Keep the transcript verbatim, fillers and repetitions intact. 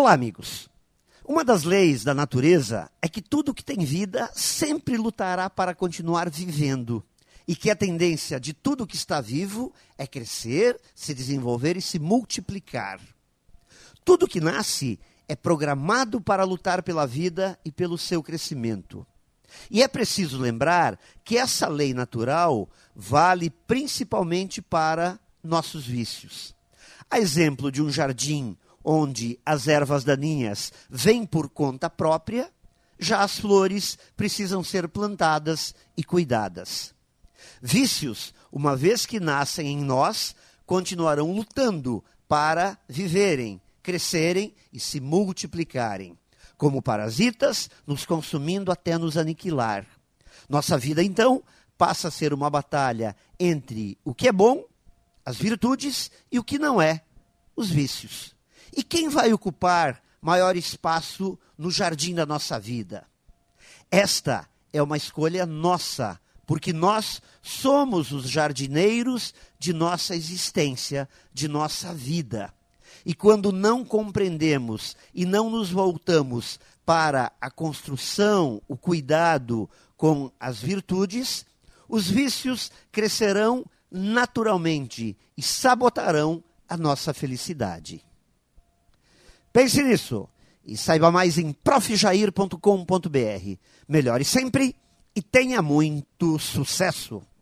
Olá, amigos. Uma das leis da natureza é que tudo que tem vida sempre lutará para continuar vivendo. E que a tendência de tudo que está vivo é crescer, se desenvolver e se multiplicar. Tudo que nasce é programado para lutar pela vida e pelo seu crescimento. E é preciso lembrar que essa lei natural vale principalmente para nossos vícios. A exemplo de um jardim onde as ervas daninhas vêm por conta própria, já as flores precisam ser plantadas e cuidadas. Vícios, uma vez que nascem em nós, continuarão lutando para viverem, crescerem e se multiplicarem, como parasitas, nos consumindo até nos aniquilar. Nossa vida, então, passa a ser uma batalha entre o que é bom, as virtudes, e o que não é, os vícios. E quem vai ocupar maior espaço no jardim da nossa vida? Esta é uma escolha nossa, porque nós somos os jardineiros de nossa existência, de nossa vida. E quando não compreendemos e não nos voltamos para a construção, o cuidado com as virtudes, os vícios crescerão naturalmente e sabotarão a nossa felicidade. Pense nisso e saiba mais em prof jair ponto com ponto br. Melhore sempre e tenha muito sucesso!